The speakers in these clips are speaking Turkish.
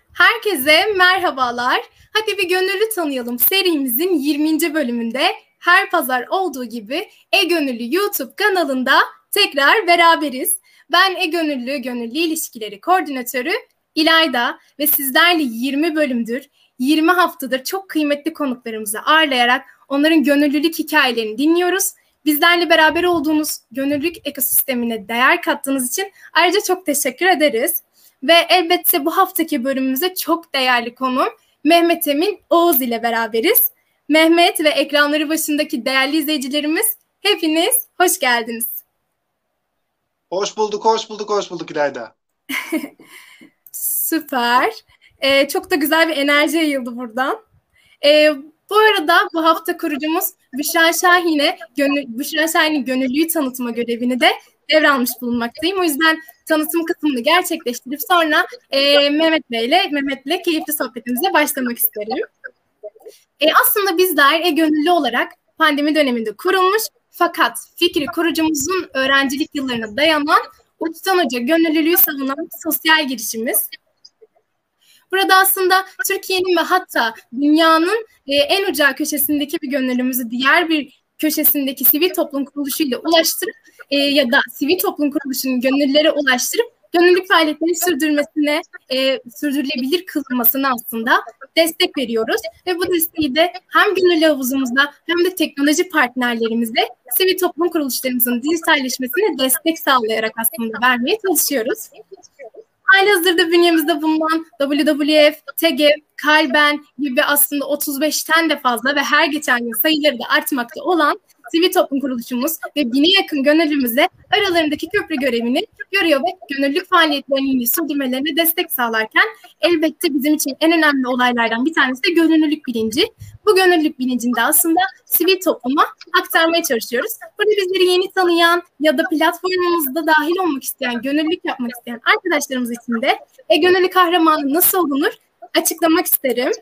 Herkese merhabalar. Hadi bir gönüllü tanıyalım serimizin 20. bölümünde her pazar olduğu gibi E-Gönüllü YouTube kanalında tekrar beraberiz. Ben E-Gönüllü Gönüllü İlişkileri Koordinatörü İlayda ve sizlerle 20 bölümdür, 20 haftadır çok kıymetli konuklarımızı ağırlayarak onların gönüllülük hikayelerini dinliyoruz. Bizlerle beraber olduğunuz gönüllülük ekosistemine değer kattığınız için ayrıca çok teşekkür ederiz. Ve elbette bu haftaki bölümümüzde çok değerli konuğum Mehmet Emin Oğuz ile beraberiz. Mehmet ve ekranları başındaki değerli izleyicilerimiz hepiniz hoş geldiniz. Hoş bulduk, hoş bulduk, hoş bulduk İlayda. Süper. Çok da güzel bir enerji yayıldı buradan. Bu arada bu hafta kurucumuz Büşra Şahin'in gönüllüyü tanıtma görevini de devralmış bulunmaktayım. O yüzden tanıtım kısmını gerçekleştirip sonra Mehmet'le keyifli sohbetimize başlamak isterim. Aslında bizler gönüllü olarak pandemi döneminde kurulmuş fakat fikri kurucumuzun öğrencilik yıllarına dayanan uçtan uca gönüllülüğü savunan sosyal girişimiz. Burada aslında Türkiye'nin ve hatta dünyanın en ucra köşesindeki bir gönüllümüzü diğer bir köşesindeki sivil toplum kuruluşuyla ulaştırıp ya da sivil toplum kuruluşunun gönüllülere ulaştırıp gönüllülük faaliyetlerini sürdürülebilir kılınmasına aslında destek veriyoruz. Ve bu desteği de hem gönüllü havuzumuzda hem de teknoloji partnerlerimizle sivil toplum kuruluşlarımızın dijitalleşmesine destek sağlayarak aslında vermeye çalışıyoruz. Halihazırda bünyemizde bulunan WWF, TEGEV, Kalben gibi aslında 35'ten de fazla ve her geçen yıl sayıları da artmakta olan sivil toplum kuruluşumuz ve 1000'e yakın gönüllümüze aralarındaki köprü görevini görüyor ve gönüllülük faaliyetlerinin sürdürmelerine destek sağlarken elbette bizim için en önemli olaylardan bir tanesi de gönüllülük bilinci. Bu gönüllülük bilincini de aslında sivil topluma aktarmaya çalışıyoruz. Burada bizleri yeni tanıyan ya da platformumuzda dahil olmak isteyen, gönüllülük yapmak isteyen arkadaşlarımız için de gönüllü kahramanı nasıl olunur açıklamak isterim.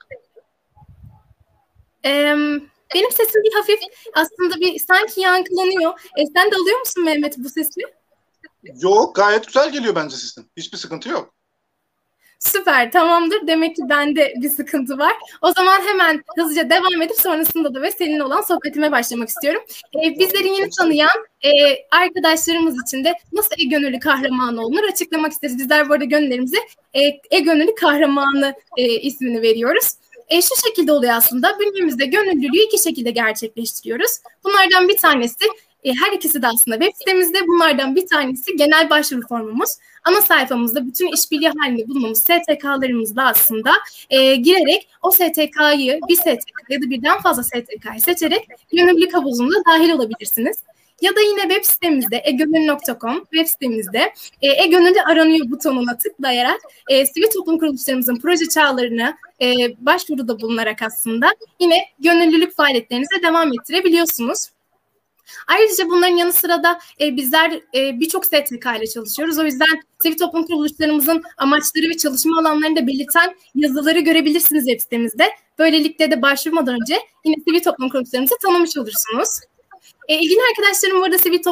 Benim sesim bir hafif aslında bir sanki yankılanıyor. Sen de alıyor musun Mehmet bu sesi? Yok, gayet güzel geliyor bence sesin. Hiçbir sıkıntı yok. Süper, tamamdır. Demek ki bende bir sıkıntı var. O zaman hemen hızlıca devam edip sonrasında da ve seninle olan sohbetime başlamak istiyorum. Bizleri yeni tanıyan arkadaşlarımız için de nasıl gönüllü kahramanı olunur açıklamak isteriz. Bizler bu arada gönüllerimize gönüllü kahramanı ismini veriyoruz. Şu şekilde oluyor aslında. Bünyemizde gönüllülüğü iki şekilde gerçekleştiriyoruz. Bunlardan bir tanesi, her ikisi de aslında web sitemizde. Bunlardan bir tanesi genel başvuru formumuz. Ana sayfamızda bütün işbirliği halinde bulunduğumuz STK'larımızda aslında girerek o STK'yı bir STK ya da birden fazla STK'yı seçerek gönüllülük havuzuna dahil olabilirsiniz. Ya da yine web sitemizde egönüllü.com web sitemizde e-gönüllü aranıyor butonuna tıklayarak sivil toplum kuruluşlarımızın proje çağrılarına başvuruda bulunarak aslında yine gönüllülük faaliyetlerinize devam ettirebiliyorsunuz. Ayrıca bunların yanı sıra da bizler birçok STK ile çalışıyoruz. O yüzden sivil toplum kuruluşlarımızın amaçları ve çalışma alanlarını da belirten yazıları görebilirsiniz web sitemizde. Böylelikle de başvurmadan önce yine sivil toplum kuruluşlarımızı tanımış olursunuz. İlgili arkadaşlarım burada sivil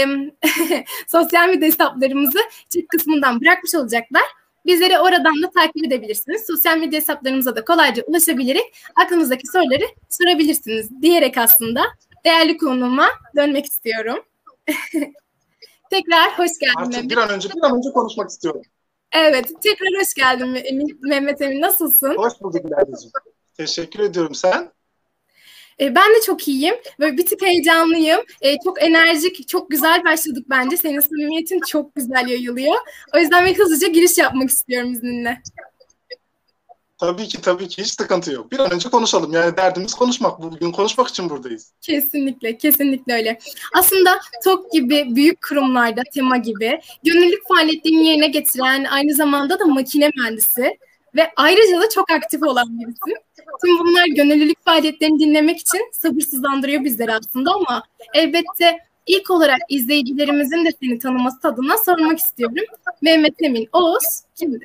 sosyal medya hesaplarımızı chat kısmından bırakmış olacaklar. Bizleri oradan da takip edebilirsiniz. Sosyal medya hesaplarımıza da kolayca ulaşabilerek aklınızdaki soruları sorabilirsiniz diyerek aslında değerli konuğuma dönmek istiyorum. Tekrar hoş geldin Artık Mehmet. bir an önce konuşmak istiyorum. Evet, tekrar hoş geldin Mehmet Emin. Nasılsın? Hoş bulduk İlayda'cığım. Teşekkür ediyorum, sen? Ben de çok iyiyim. Böyle bir tık heyecanlıyım. Çok enerjik, çok güzel başladık bence. Senin samimiyetin çok güzel yayılıyor. O yüzden ben hızlıca giriş yapmak istiyorum izninle. Tabii ki hiç sıkıntı yok. Bir an önce konuşalım. Yani derdimiz konuşmak. Bugün konuşmak için buradayız. Kesinlikle öyle. Aslında TOK gibi büyük kurumlarda tema gibi gönüllülük faaliyetlerini yerine getiren aynı zamanda da makine mühendisi ve ayrıca da çok aktif olan birisi. Tüm bunlar gönüllülük faaliyetlerini dinlemek için sabırsızlandırıyor bizleri aslında ama elbette ilk olarak izleyicilerimizin de seni tanıması adına sormak istiyorum. Mehmet Emin Oğuz kimdir?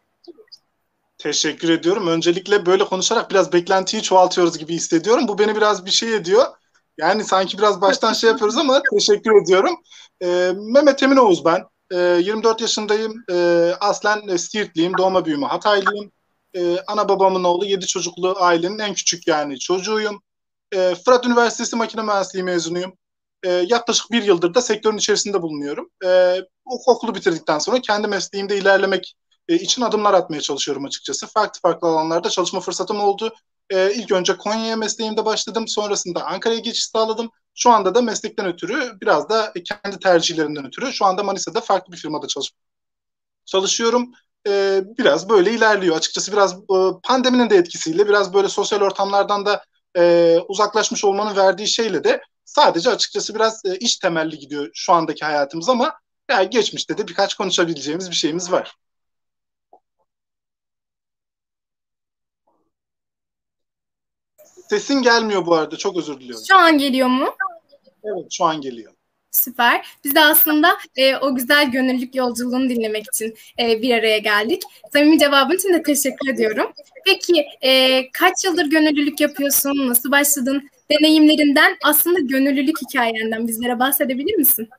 Teşekkür ediyorum. Öncelikle böyle konuşarak biraz beklentiyi çoğaltıyoruz gibi hissediyorum. Bu beni biraz bir şey ediyor. Yani sanki biraz baştan şey yapıyoruz ama teşekkür ediyorum. Mehmet Emin Oğuz ben. 24 yaşındayım. Aslen Siirtliyim. Doğma büyüme Hataylıyım. Ana babamın oğlu 7 çocuklu ailenin en küçük yani çocuğuyum. Fırat Üniversitesi Makine Mühendisliği mezunuyum. Yaklaşık bir yıldır da sektörün içerisinde bulunuyorum. Okulu bitirdikten sonra kendi mesleğimde ilerlemek için adımlar atmaya çalışıyorum açıkçası. Farklı farklı alanlarda çalışma fırsatım oldu. İlk önce Konya'ya mesleğimde başladım. Sonrasında Ankara'ya geçiş sağladım. Şu anda da meslekten ötürü biraz da kendi tercihlerimden ötürü şu anda Manisa'da farklı bir firmada çalışıyorum. Biraz böyle ilerliyor. Açıkçası biraz pandeminin de etkisiyle biraz böyle sosyal ortamlardan da uzaklaşmış olmanın verdiği şeyle de sadece açıkçası biraz iş temelli gidiyor şu andaki hayatımız ama yani geçmişte de birkaç konuşabileceğimiz bir şeyimiz var. Sesin gelmiyor bu arada. Çok özür diliyorum. Şu an geliyor mu? Evet, şu an geliyor. Süper. Biz de aslında o güzel gönüllülük yolculuğunu dinlemek için bir araya geldik. Samimi cevabın için de teşekkür ediyorum. Peki kaç yıldır gönüllülük yapıyorsun? Nasıl başladın? Deneyimlerinden, aslında gönüllülük hikayenden bizlere bahsedebilir misin?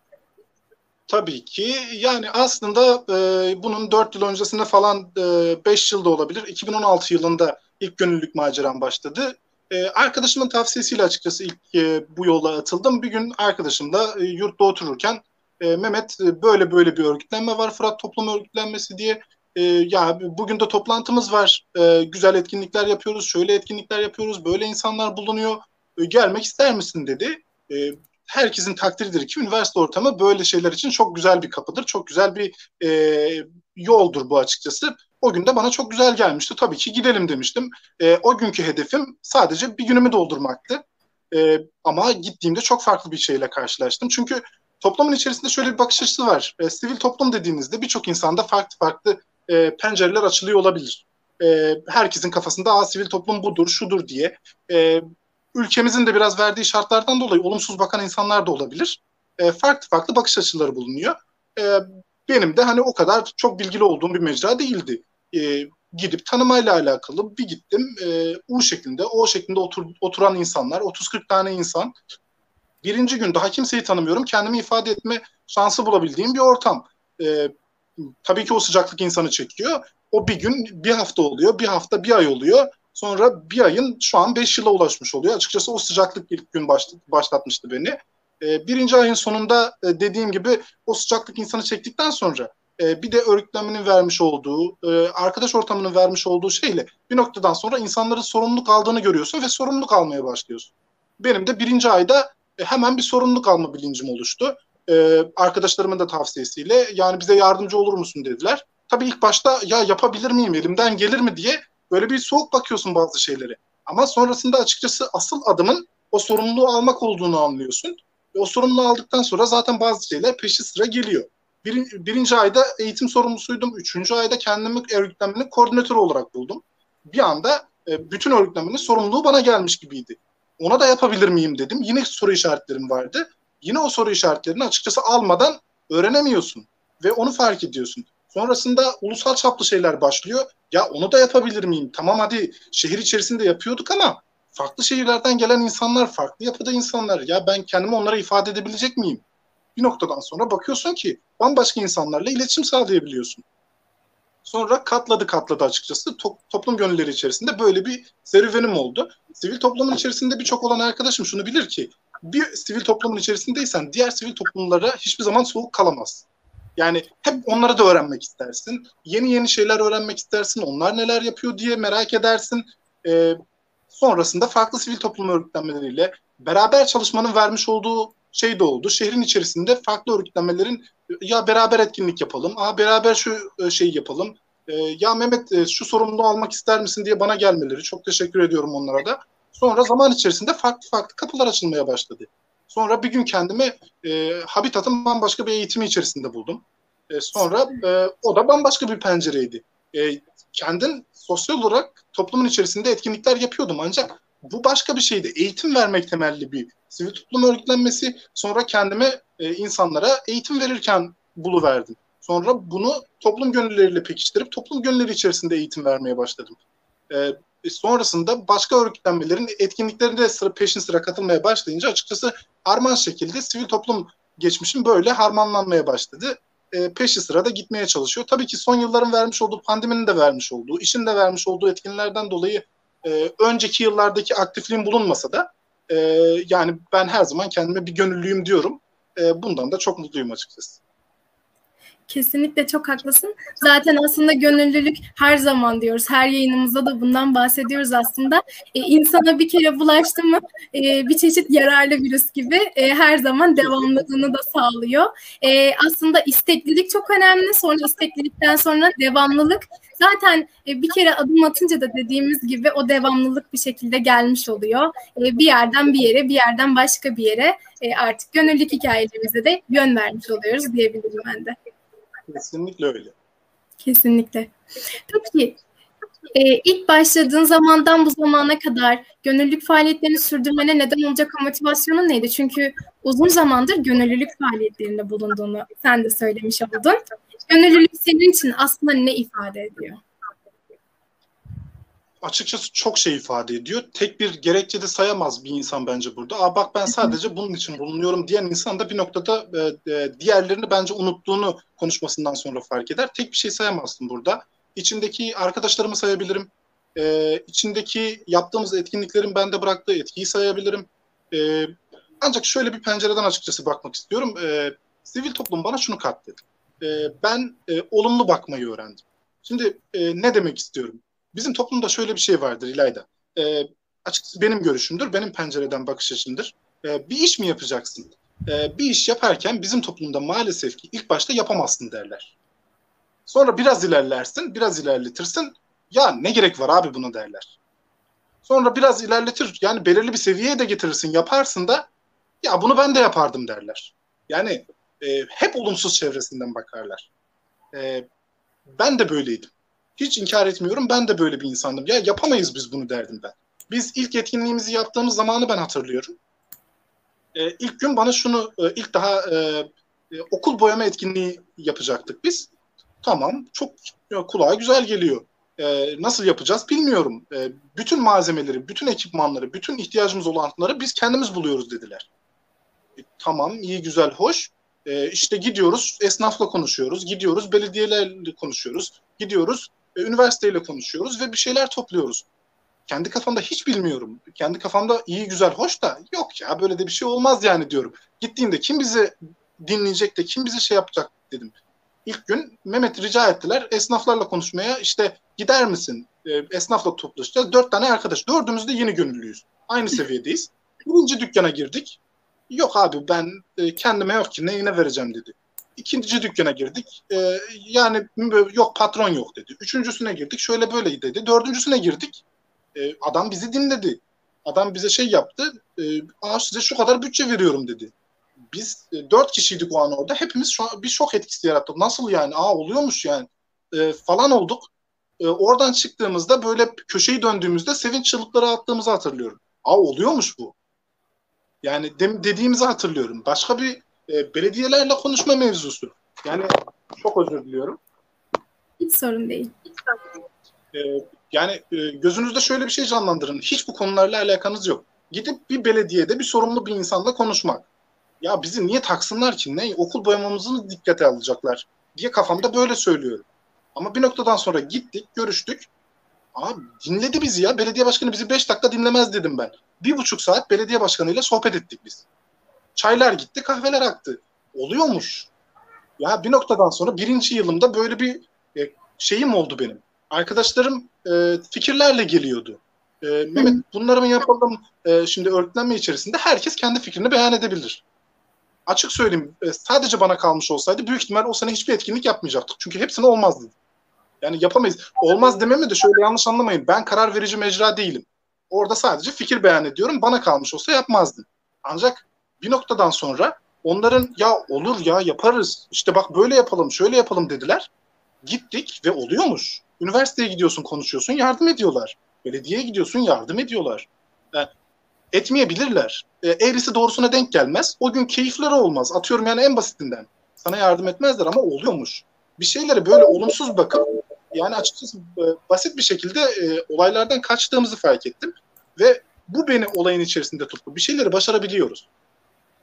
Tabii ki. Yani aslında bunun 4 yıl öncesinde falan 5 yılda olabilir. 2016 yılında ilk gönüllülük maceram başladı. Arkadaşımın tavsiyesiyle açıkçası ilk bu yola atıldım. Bir gün arkadaşımla yurtta otururken Mehmet böyle böyle bir örgütlenme var, Fırat Toplum Örgütlenmesi diye. Ya bugün de toplantımız var. Güzel etkinlikler yapıyoruz, şöyle etkinlikler yapıyoruz, böyle insanlar bulunuyor. Gelmek ister misin dedi. Herkesin takdiridir ki üniversite ortamı böyle şeyler için çok güzel bir kapıdır. Çok güzel bir yoldur bu açıkçası. O gün de bana çok güzel gelmişti. Tabii ki gidelim demiştim. O günkü hedefim sadece bir günümü doldurmaktı. Ama gittiğimde çok farklı bir şeyle karşılaştım. Çünkü toplumun içerisinde şöyle bir bakış açısı var. Sivil toplum dediğinizde birçok insanda farklı farklı pencereler açılıyor olabilir. Herkesin kafasında sivil toplum budur, şudur diye. Ülkemizin de biraz verdiği şartlardan dolayı olumsuz bakan insanlar da olabilir. Farklı farklı bakış açıları bulunuyor. Benim de hani o kadar çok bilgili olduğum bir mecra değildi. Gidip tanımayla alakalı bir gittim. U şeklinde, O şeklinde oturan insanlar, 30-40 tane insan. Birinci gün daha kimseyi tanımıyorum. Kendimi ifade etme şansı bulabildiğim bir ortam. Tabii ki o sıcaklık insanı çekiyor. O bir gün bir hafta oluyor, bir hafta bir ay oluyor. Sonra bir ayın şu an 5 yıla ulaşmış oluyor. Açıkçası o sıcaklık ilk gün başlatmıştı beni. Birinci ayın sonunda dediğim gibi o sıcaklık insanı çektikten sonra bir de örgütlenmenin vermiş olduğu, arkadaş ortamının vermiş olduğu şeyle bir noktadan sonra insanların sorumluluk aldığını görüyorsun ve sorumluluk almaya başlıyorsun. Benim de birinci ayda hemen bir sorumluluk alma bilincim oluştu. Arkadaşlarımın da tavsiyesiyle yani bize yardımcı olur musun dediler. Tabii ilk başta ya yapabilir miyim, elimden gelir mi diye böyle bir soğuk bakıyorsun bazı şeylere. Ama sonrasında açıkçası asıl adımın o sorumluluğu almak olduğunu anlıyorsun. Ve o sorumluluğu aldıktan sonra zaten bazı şeyler peşi sıra geliyor. Birinci ayda eğitim sorumlusuydum. Üçüncü ayda kendimi örgütlenmenin koordinatörü olarak buldum. Bir anda bütün örgütlenmenin sorumluluğu bana gelmiş gibiydi. Ona da yapabilir miyim dedim. Yine soru işaretlerim vardı. Yine o soru işaretlerini açıkçası almadan öğrenemiyorsun. Ve onu fark ediyorsun. Sonrasında ulusal çaplı şeyler başlıyor. Ya onu da yapabilir miyim? Tamam hadi şehir içerisinde yapıyorduk ama farklı şehirlerden gelen insanlar, farklı yapıda insanlar. Ya ben kendimi onlara ifade edebilecek miyim? Bir noktadan sonra bakıyorsun ki bambaşka insanlarla iletişim sağlayabiliyorsun. Sonra katladı açıkçası. Toplum gönülleri içerisinde böyle bir serüvenim oldu. Sivil toplumun içerisinde birçok olan arkadaşım şunu bilir ki bir sivil toplumun içerisindeysen diğer sivil toplumlara hiçbir zaman soğuk kalamaz. Yani hep onları da öğrenmek istersin. Yeni yeni şeyler öğrenmek istersin. Onlar neler yapıyor diye merak edersin. Sonrasında farklı sivil toplum örgütlenmeleriyle beraber çalışmanın vermiş olduğu şey de oldu. Şehrin içerisinde farklı örgütlenmelerin ya beraber etkinlik yapalım, beraber şu şeyi yapalım. Ya Mehmet şu sorumluluğu almak ister misin diye bana gelmeleri. Çok teşekkür ediyorum onlara da. Sonra zaman içerisinde farklı farklı kapılar açılmaya başladı. Sonra bir gün kendimi Habitat'ın bambaşka bir eğitimi içerisinde buldum. Sonra o da bambaşka bir pencereydi. Kendim sosyal olarak toplumun içerisinde etkinlikler yapıyordum ancak bu başka bir şeydi. Eğitim vermek temelli bir sivil toplum örgütlenmesi. Sonra kendime insanlara eğitim verirken buluverdim. Sonra bunu toplum gönüllüleriyle pekiştirip toplum gönülleri içerisinde eğitim vermeye başladım. Sonrasında başka örgütlenmelerin etkinliklerinde peşin sıra katılmaya başlayınca açıkçası harman şekilde sivil toplum geçmişim böyle harmanlanmaya başladı. peşi sırada gitmeye çalışıyor. Tabii ki son yılların vermiş olduğu, pandeminin de vermiş olduğu, işin de vermiş olduğu etkinlerden dolayı önceki yıllardaki aktifliğim bulunmasa da yani ben her zaman kendime bir gönüllüyüm diyorum. Bundan da çok mutluyum açıkçası. Kesinlikle çok haklısın. Zaten aslında gönüllülük her zaman diyoruz. Her yayınımızda da bundan bahsediyoruz aslında. İnsana bir kere bulaştı mı bir çeşit yararlı virüs gibi her zaman devamlılığını da sağlıyor. Aslında isteklilik çok önemli. Sonra isteklilikten sonra devamlılık. Zaten bir kere adım atınca da dediğimiz gibi o devamlılık bir şekilde gelmiş oluyor. Bir yerden bir yere, bir yerden başka bir yere artık gönüllülük hikayelerimize de yön vermiş oluyoruz diyebilirim ben de. Kesinlikle öyle. Kesinlikle. Peki ilk başladığın zamandan bu zamana kadar gönüllülük faaliyetlerini sürdürmene neden olacak o motivasyonun neydi? Çünkü uzun zamandır gönüllülük faaliyetlerinde bulunduğunu sen de söylemiş oldun. Gönüllülük senin için aslında ne ifade ediyor? Açıkçası çok şey ifade ediyor. Tek bir gerekçe de sayamaz bir insan bence burada. Bak ben sadece bunun için bulunuyorum diyen insan da bir noktada diğerlerini bence unuttuğunu konuşmasından sonra fark eder. Tek bir şey sayamazsın burada. İçindeki arkadaşlarımı sayabilirim. İçindeki yaptığımız etkinliklerin bende bıraktığı etkiyi sayabilirim. Ancak şöyle bir pencereden açıkçası bakmak istiyorum. Sivil toplum bana şunu kattı. Ben olumlu bakmayı öğrendim. Şimdi ne demek istiyorum? Bizim toplumda şöyle bir şey vardır İlayda. Açıkçası benim görüşümdür, benim pencereden bakış açımdır. Bir iş mi yapacaksın? Bir iş yaparken bizim toplumda maalesef ki ilk başta yapamazsın derler. Sonra biraz ilerlersin, biraz ilerletirsin. Ya ne gerek var abi buna derler. Sonra biraz ilerletir, yani belirli bir seviyeye de getirirsin, yaparsın da ya bunu ben de yapardım derler. Yani hep olumsuz çevresinden bakarlar. Ben de böyleydim. Hiç inkar etmiyorum. Ben de böyle bir insandım. Ya yapamayız biz bunu derdim ben. Biz ilk etkinliğimizi yaptığımız zamanı ben hatırlıyorum. İlk gün bana şunu, ilk daha okul boyama etkinliği yapacaktık biz. Tamam, çok kulağa güzel geliyor. Nasıl yapacağız bilmiyorum. Bütün malzemeleri, bütün ekipmanları, bütün ihtiyacımız olanları biz kendimiz buluyoruz dediler. Tamam, iyi, güzel, hoş. İşte gidiyoruz, esnafla konuşuyoruz, gidiyoruz, belediyelerle konuşuyoruz, gidiyoruz, üniversiteyle konuşuyoruz ve bir şeyler topluyoruz. Kendi kafamda hiç bilmiyorum. Kendi kafamda iyi, güzel, hoş da yok ya böyle de bir şey olmaz yani diyorum. Gittiğimde kim bizi dinleyecek de kim bizi şey yapacak dedim. İlk gün Mehmet rica ettiler esnaflarla konuşmaya, işte gider misin? Esnafla toplaşacağız. 4 tane arkadaş. Dördümüz de yeni gönüllüyüz. Aynı seviyedeyiz. Birinci dükkana girdik. Yok abi ben kendime yok ki neyine vereceğim dedi. İkinci dükkana girdik. Yani yok patron yok dedi. Üçüncüsüne girdik şöyle böyle dedi. Dördüncüsüne girdik. Adam bizi dinledi. Adam bize şey yaptı. Size şu kadar bütçe veriyorum dedi. Biz 4 kişiydik o an orada. Hepimiz bir şok etkisi yarattık. Nasıl yani? Oluyormuş yani. Falan olduk. Oradan çıktığımızda böyle köşeyi döndüğümüzde sevinç çığlıkları attığımızı hatırlıyorum. Oluyormuş bu. Yani dediğimizi hatırlıyorum. Başka bir belediyelerle konuşma mevzusu. Yani çok özür diliyorum. Hiç sorun değil. Yani gözünüzde şöyle bir şey canlandırın. Hiç bu konularla alakanız yok. Gidip bir belediyede bir sorumlu bir insanla konuşmak. Ya bizi niye taksınlar ki? Ne? Okul boyamamızı mı dikkate alacaklar diye kafamda böyle söylüyorum. Ama bir noktadan sonra gittik, görüştük. Dinledi bizi ya. Belediye başkanı bizi 5 dakika dinlemez dedim ben. 1,5 saat belediye başkanıyla sohbet ettik biz. Çaylar gitti, kahveler aktı. Oluyormuş. Ya bir noktadan sonra birinci yılımda böyle bir şeyim oldu benim. Arkadaşlarım fikirlerle geliyordu. Mehmet bunları mı yapalım? Şimdi örgütlenme içerisinde herkes kendi fikrini beyan edebilir. Açık söyleyeyim, sadece bana kalmış olsaydı büyük ihtimal o sene hiçbir etkinlik yapmayacaktık. Çünkü hepsine olmaz dedi. Yani yapamayız. Olmaz dememi de şöyle yanlış anlamayın. Ben karar verici mecra değilim. Orada sadece fikir beyan ediyorum. Bana kalmış olsa yapmazdım. Ancak bir noktadan sonra onların ya olur ya yaparız. İşte bak böyle yapalım, şöyle yapalım dediler. Gittik ve oluyormuş. Üniversiteye gidiyorsun, konuşuyorsun, yardım ediyorlar. Belediyeye gidiyorsun, yardım ediyorlar. Etmeyebilirler. Eğrisi doğrusuna denk gelmez. O gün keyifleri olmaz. Atıyorum yani en basitinden. Sana yardım etmezler ama oluyormuş. Bir şeylere böyle olumsuz bakıp yani açıkçası basit bir şekilde olaylardan kaçtığımızı fark ettim. Ve bu beni olayın içerisinde tuttu. Bir şeyleri başarabiliyoruz.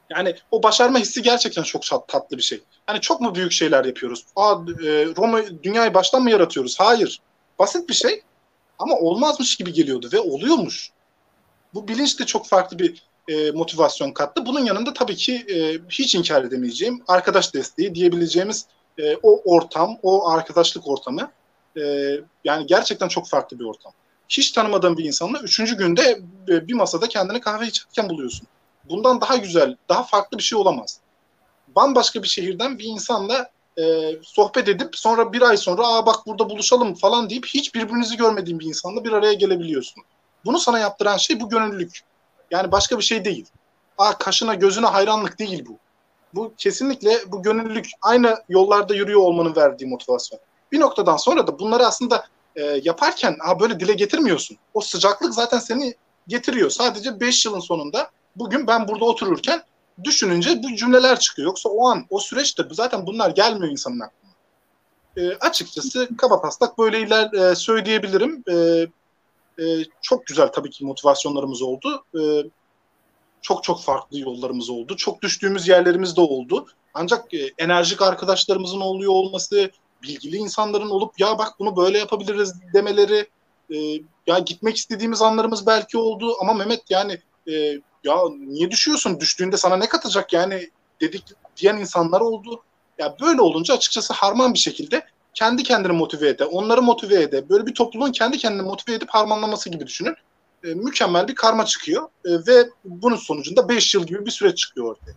Yani o başarma hissi gerçekten çok tatlı bir şey. Hani çok mu büyük şeyler yapıyoruz? Roma dünyayı baştan mı yaratıyoruz? Hayır. Basit bir şey ama olmazmış gibi geliyordu ve oluyormuş. Bu bilinç de çok farklı bir motivasyon kattı. Bunun yanında tabii ki hiç inkar edemeyeceğim arkadaş desteği diyebileceğimiz o ortam, o arkadaşlık ortamı e, yani gerçekten çok farklı bir ortam. Hiç tanımadığın bir insanla 3. günde bir masada kendini kahve içerken buluyorsun. Bundan daha güzel, daha farklı bir şey olamaz. Bambaşka bir şehirden bir insanla sohbet edip sonra bir ay sonra bak burada buluşalım falan deyip hiç birbirinizi görmediğin bir insanla bir araya gelebiliyorsun. Bunu sana yaptıran şey bu gönüllülük. Yani başka bir şey değil. Kaşına gözüne hayranlık değil bu. Bu kesinlikle bu gönüllülük, aynı yollarda yürüyor olmanın verdiği motivasyon. Bir noktadan sonra da bunları aslında yaparken böyle dile getirmiyorsun. O sıcaklık zaten seni getiriyor. Sadece 5 yılın sonunda bugün ben burada otururken düşününce bu cümleler çıkıyor. Yoksa o an, o süreçte zaten bunlar gelmiyor insanın aklına. Açıkçası kabataslak böyle söyleyebilirim. Çok güzel tabii ki motivasyonlarımız oldu. Çok çok farklı yollarımız oldu. Çok düştüğümüz yerlerimiz de oldu. Ancak enerjik arkadaşlarımızın oluyor olması, bilgili insanların olup ya bak bunu böyle yapabiliriz demeleri, e, ya gitmek istediğimiz anlarımız belki oldu ama Mehmet yani e, ya niye düşüyorsun? Düştüğünde sana ne katacak yani dedik diyen insanlar oldu. Ya böyle olunca açıkçası harman bir şekilde kendi kendini motive ede, onları motive ede, böyle bir topluluğun kendi kendini motive edip harmanlaması gibi düşünün. Mükemmel bir karma çıkıyor ve bunun sonucunda 5 yıl gibi bir süreç çıkıyor ortaya.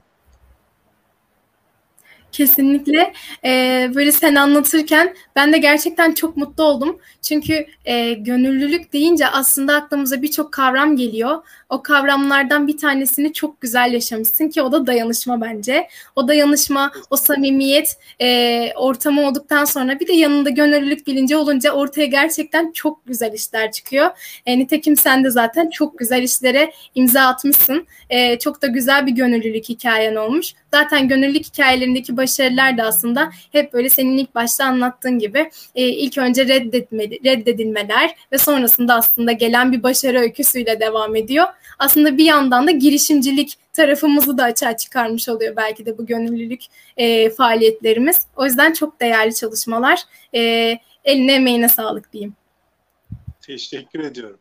Kesinlikle. Böyle sen anlatırken ben de gerçekten çok mutlu oldum. Çünkü gönüllülük deyince aslında aklımıza birçok kavram geliyor. O kavramlardan bir tanesini çok güzel yaşamışsın ki o da dayanışma bence. O dayanışma, o samimiyet ortamı olduktan sonra bir de yanında gönüllülük bilinci olunca ortaya gerçekten çok güzel işler çıkıyor. Nitekim sen de zaten çok güzel işlere imza atmışsın. Çok da güzel bir gönüllülük hikayen olmuş. Zaten gönüllülük hikayelerindeki başarılar da aslında hep böyle senin ilk başta anlattığın gibi ilk önce reddedilmeler ve sonrasında aslında gelen bir başarı öyküsüyle devam ediyor. Aslında bir yandan da girişimcilik tarafımızı da açığa çıkarmış oluyor belki de bu gönüllülük faaliyetlerimiz. O yüzden çok değerli çalışmalar. Eline emeğine sağlık diyeyim. Teşekkür ediyorum.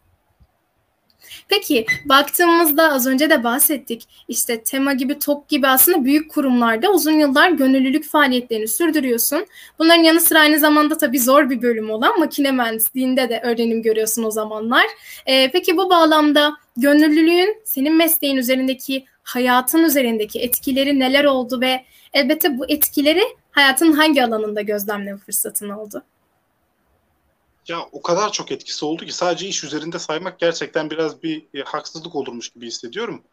Peki baktığımızda az önce de bahsettik. İşte Tema gibi, TOK gibi aslında büyük kurumlarda uzun yıllar gönüllülük faaliyetlerini sürdürüyorsun. Bunların yanı sıra aynı zamanda tabii zor bir bölüm olan makine mühendisliğinde de öğrenim görüyorsun o zamanlar. Peki bu bağlamda gönüllülüğün senin mesleğin üzerindeki, hayatın üzerindeki etkileri neler oldu ve elbette bu etkileri hayatın hangi alanında gözlemleme fırsatın oldu? Ya o kadar çok etkisi oldu ki sadece iş üzerinde saymak gerçekten biraz bir haksızlık olurmuş gibi hissediyorum.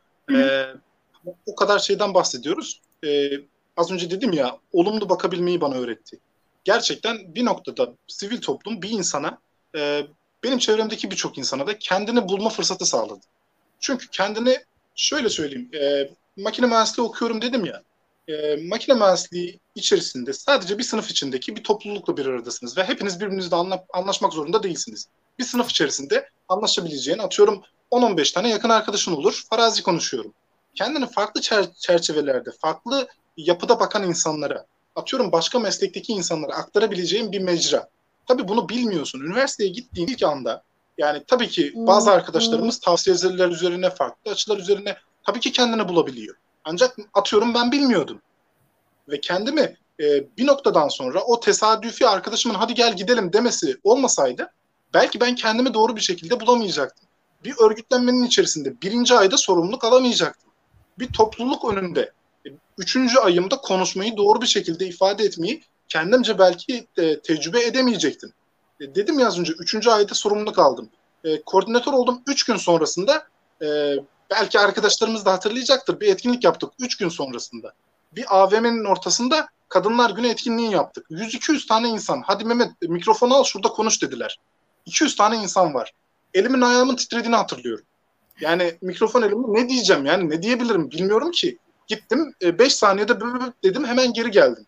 O kadar şeyden bahsediyoruz. Az önce dedim ya, olumlu bakabilmeyi bana öğretti. Gerçekten bir noktada sivil toplum bir insana, benim çevremdeki birçok insana da kendini bulma fırsatı sağladı. Çünkü kendini şöyle söyleyeyim, makine mühendisliği okuyorum dedim ya, makine mühendisliği içerisinde sadece bir sınıf içindeki bir toplulukla bir aradasınız ve hepiniz birbirinizle anlaşmak zorunda değilsiniz. Bir sınıf içerisinde anlaşabileceğin, atıyorum 10-15 tane yakın arkadaşın olur, farazi konuşuyorum. Kendini farklı çerçevelerde, farklı yapıda bakan insanlara, atıyorum başka meslekteki insanlara aktarabileceğin bir mecra. Tabii bunu bilmiyorsun. Üniversiteye gittiğin ilk anda, yani tabii ki bazı arkadaşlarımız tavsiyeler üzerine, farklı açılar üzerine tabii ki kendini bulabiliyor. Ancak atıyorum ben bilmiyordum. Ve kendimi bir noktadan sonra o tesadüfi arkadaşımın hadi gel gidelim demesi olmasaydı belki ben kendimi doğru bir şekilde bulamayacaktım. Bir örgütlenmenin içerisinde 1. ayda sorumluluk alamayacaktım. Bir topluluk önünde 3. ayımda konuşmayı doğru bir şekilde ifade etmeyi kendimce belki tecrübe edemeyecektim. Dedim ya az önce 3. ayda sorumluluk aldım. Koordinatör oldum 3 gün sonrasında, belki arkadaşlarımız da hatırlayacaktır, bir etkinlik yaptık 3 gün sonrasında. Bir AVM'nin ortasında Kadınlar Günü etkinliği yaptık. 100-200 tane insan. Hadi Mehmet mikrofonu al şurada konuş dediler. 200 tane insan var. Elimin ayağımın titrediğini hatırlıyorum. Yani mikrofon elimde, ne diyeceğim yani ne diyebilirim bilmiyorum ki. Gittim 5 saniyede dedim, hemen geri geldim.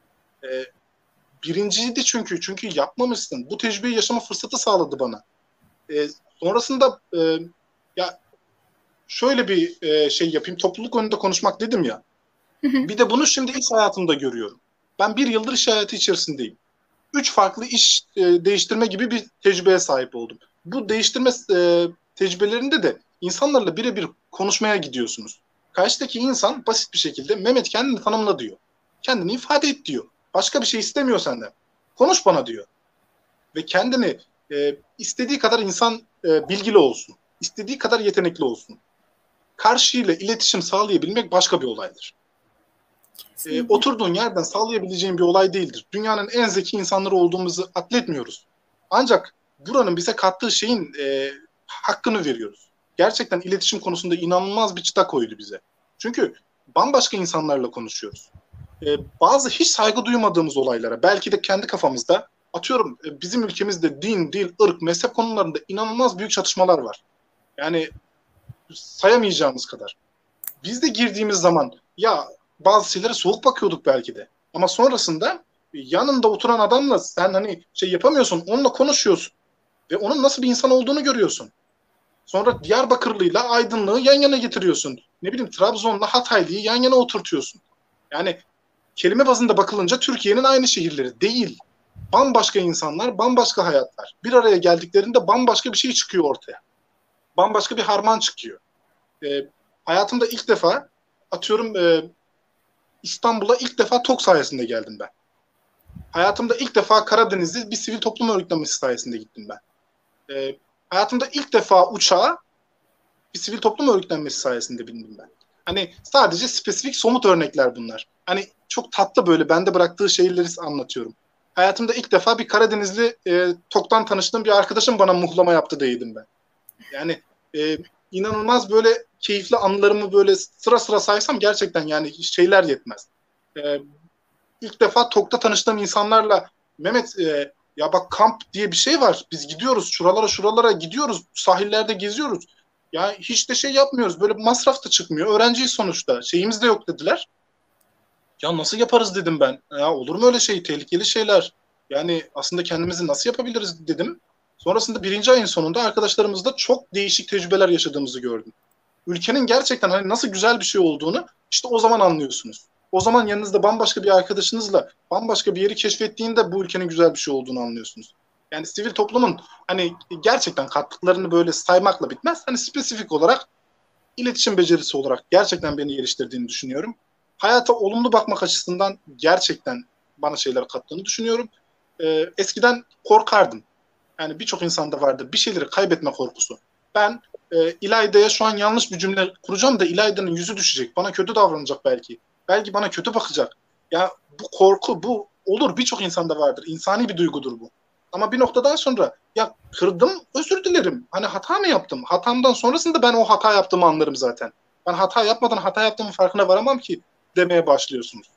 Birinciydi çünkü yapmamışsın. Bu tecrübeyi yaşama fırsatı sağladı bana. Sonrasında ya şöyle bir şey yapayım. Topluluk önünde konuşmak dedim ya. Bir de bunu şimdi iş hayatımda görüyorum. Ben 1 yıldır iş hayatı içerisindeyim. 3 farklı iş değiştirme gibi bir tecrübeye sahip oldum. Bu değiştirme tecrübelerinde de insanlarla birebir konuşmaya gidiyorsunuz. Karşıdaki insan basit bir şekilde Mehmet kendini tanımla diyor. Kendini ifade et diyor. Başka bir şey istemiyor senden. Konuş bana diyor. Ve kendini istediği kadar insan bilgili olsun. İstediği kadar yetenekli olsun. Karşıyla iletişim sağlayabilmek başka bir olaydır. Oturduğun yerden sağlayabileceğin bir olay değildir. Dünyanın en zeki insanları olduğumuzu atletmiyoruz. Ancak buranın bize kattığı şeyin hakkını veriyoruz. Gerçekten iletişim konusunda inanılmaz bir çıta koydu bize. Çünkü bambaşka insanlarla konuşuyoruz. Bazı hiç saygı duymadığımız olaylara, belki de kendi kafamızda, atıyorum bizim ülkemizde din, dil, ırk, mezhep konularında inanılmaz büyük çatışmalar var. Yani sayamayacağımız kadar. Biz de girdiğimiz zaman ya bazı şeylere soğuk bakıyorduk belki de. Ama sonrasında yanında oturan adamla sen hani şey yapamıyorsun, onunla konuşuyorsun. Ve onun nasıl bir insan olduğunu görüyorsun. Sonra Diyarbakırlı'yla Aydınlı'yı yan yana getiriyorsun. Ne bileyim Trabzon'la Hataylı'yı yan yana oturtuyorsun. Yani kelime bazında bakılınca Türkiye'nin aynı şehirleri değil. Bambaşka insanlar, bambaşka hayatlar. Bir araya geldiklerinde bambaşka bir şey çıkıyor ortaya. Bambaşka bir harman çıkıyor. Hayatımda ilk defa atıyorum İstanbul'a ilk defa TOK sayesinde geldim ben. Hayatımda ilk defa Karadeniz'de bir sivil toplum örgütlenmesi sayesinde gittim ben. Hayatımda ilk defa uçağa bir sivil toplum örgütlenmesi sayesinde bindim ben. Hani sadece spesifik somut örnekler bunlar. Hani çok tatlı böyle bende bıraktığı şeyleri anlatıyorum. Hayatımda ilk defa bir Karadenizli TOK'tan tanıştığım bir arkadaşım bana muhlama yaptı değildim ben. Yani inanılmaz böyle keyifli anılarımı böyle sıra sıra saysam gerçekten yani şeyler yetmez. İlk defa TOK'ta tanıştığım insanlarla Mehmet ya bak kamp diye bir şey var. Biz gidiyoruz şuralara gidiyoruz. Sahillerde geziyoruz. Ya hiç de şey yapmıyoruz. Böyle masraf da çıkmıyor. Öğrenciyiz sonuçta. Şeyimiz de yok dediler. Ya nasıl yaparız dedim ben. Ya olur mu öyle şey? Tehlikeli şeyler. Yani aslında kendimizi nasıl yapabiliriz dedim. Sonrasında 1. ayın sonunda arkadaşlarımızla çok değişik tecrübeler yaşadığımızı gördüm. Ülkenin gerçekten hani nasıl güzel bir şey olduğunu işte o zaman anlıyorsunuz. O zaman yanınızda bambaşka bir arkadaşınızla bambaşka bir yeri keşfettiğinde bu ülkenin güzel bir şey olduğunu anlıyorsunuz. Yani sivil toplumun hani gerçekten kattıklarını böyle saymakla bitmez. Hani spesifik olarak iletişim becerisi olarak gerçekten beni geliştirdiğini düşünüyorum. Hayata olumlu bakmak açısından gerçekten bana şeyler kattığını düşünüyorum. Eskiden korkardım. Yani birçok insanda vardır bir şeyleri kaybetme korkusu. Ben İlayda'ya şu an yanlış bir cümle kuracağım da İlayda'nın yüzü düşecek. Bana kötü davranacak belki. Belki bana kötü bakacak. Ya bu korku, bu olur birçok insanda vardır. İnsani bir duygudur bu. Ama bir noktadan sonra ya kırdım, özür dilerim. Hani hata mı yaptım? Hatamdan sonrasında ben o hata yaptığımı anlarım zaten. Ben hata yapmadan hata yaptığımın farkına varamam ki demeye başlıyorsunuz.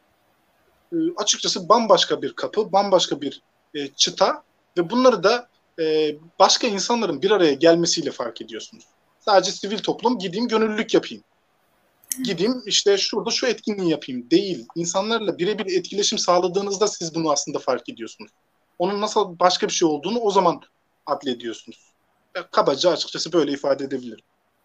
Açıkçası bambaşka bir kapı, bambaşka bir çıta ve bunları da başka insanların bir araya gelmesiyle fark ediyorsunuz. Sadece sivil toplum, gideyim gönüllülük yapayım. Gideyim işte şurada şu etkinliği yapayım değil. İnsanlarla birebir etkileşim sağladığınızda siz bunu aslında fark ediyorsunuz. Onun nasıl başka bir şey olduğunu o zaman adlediyorsunuz. Kabaca açıkçası böyle ifade edebilirim.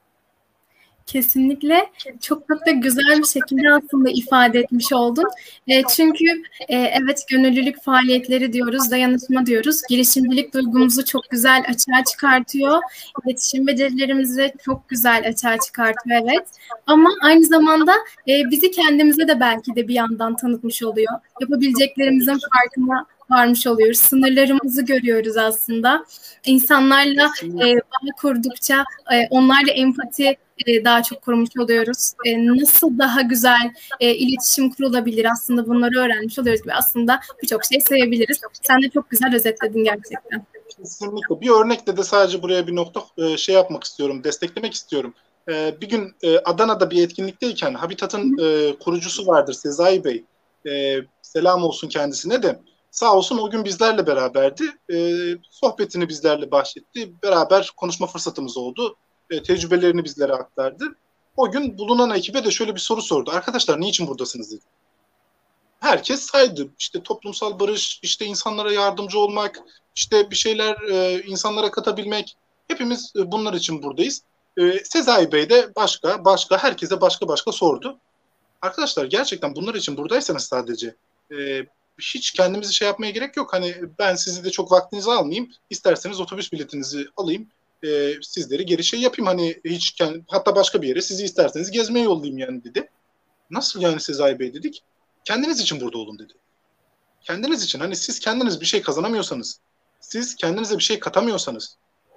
Kesinlikle çok da güzel bir şekilde aslında ifade etmiş oldun. Çünkü evet gönüllülük faaliyetleri diyoruz, dayanışma diyoruz. Girişimcilik duygumuzu çok güzel açığa çıkartıyor. İletişim becerilerimizi çok güzel açığa çıkartıyor evet. Ama aynı zamanda bizi kendimize de belki de bir yandan tanıtmış oluyor. Yapabileceklerimizin farkına varmış oluyoruz. Sınırlarımızı görüyoruz aslında. İnsanlarla bağ kurdukça onlarla empati daha çok kurmuş oluyoruz. Nasıl daha güzel iletişim kurulabilir aslında bunları öğrenmiş oluyoruz gibi aslında birçok şey sayabiliriz. Sen de çok güzel özetledin gerçekten. Kesinlikle. Bir örnekle de sadece buraya bir nokta şey yapmak istiyorum, desteklemek istiyorum. Bir gün Adana'da bir etkinlikteyken Habitat'ın kurucusu vardır Sezai Bey. Selam olsun kendisine de. Sağ olsun o gün bizlerle beraberdi. Sohbetini bizlerle bahsetti. Beraber konuşma fırsatımız oldu. Tecrübelerini bizlere aktardı. O gün bulunan ekibe de şöyle bir soru sordu. Arkadaşlar niçin buradasınız dedi. Herkes saydı. İşte toplumsal barış, işte insanlara yardımcı olmak, işte bir şeyler insanlara katabilmek. Hepimiz bunlar için buradayız. Sezai Bey de başka herkese başka sordu. Arkadaşlar gerçekten bunlar için buradaysanız sadece hiç kendimizi şey yapmaya gerek yok. Hani ben sizi de çok vaktinizi almayayım. İsterseniz otobüs biletinizi alayım. Sizleri geri şey yapayım. Hani hatta başka bir yere sizi isterseniz gezmeye yollayayım yani dedi. Nasıl yani Sezai Bey dedik. Kendiniz için burada olun dedi. Kendiniz için. Hani siz kendiniz bir şey kazanamıyorsanız, siz kendinize bir şey katamıyorsanız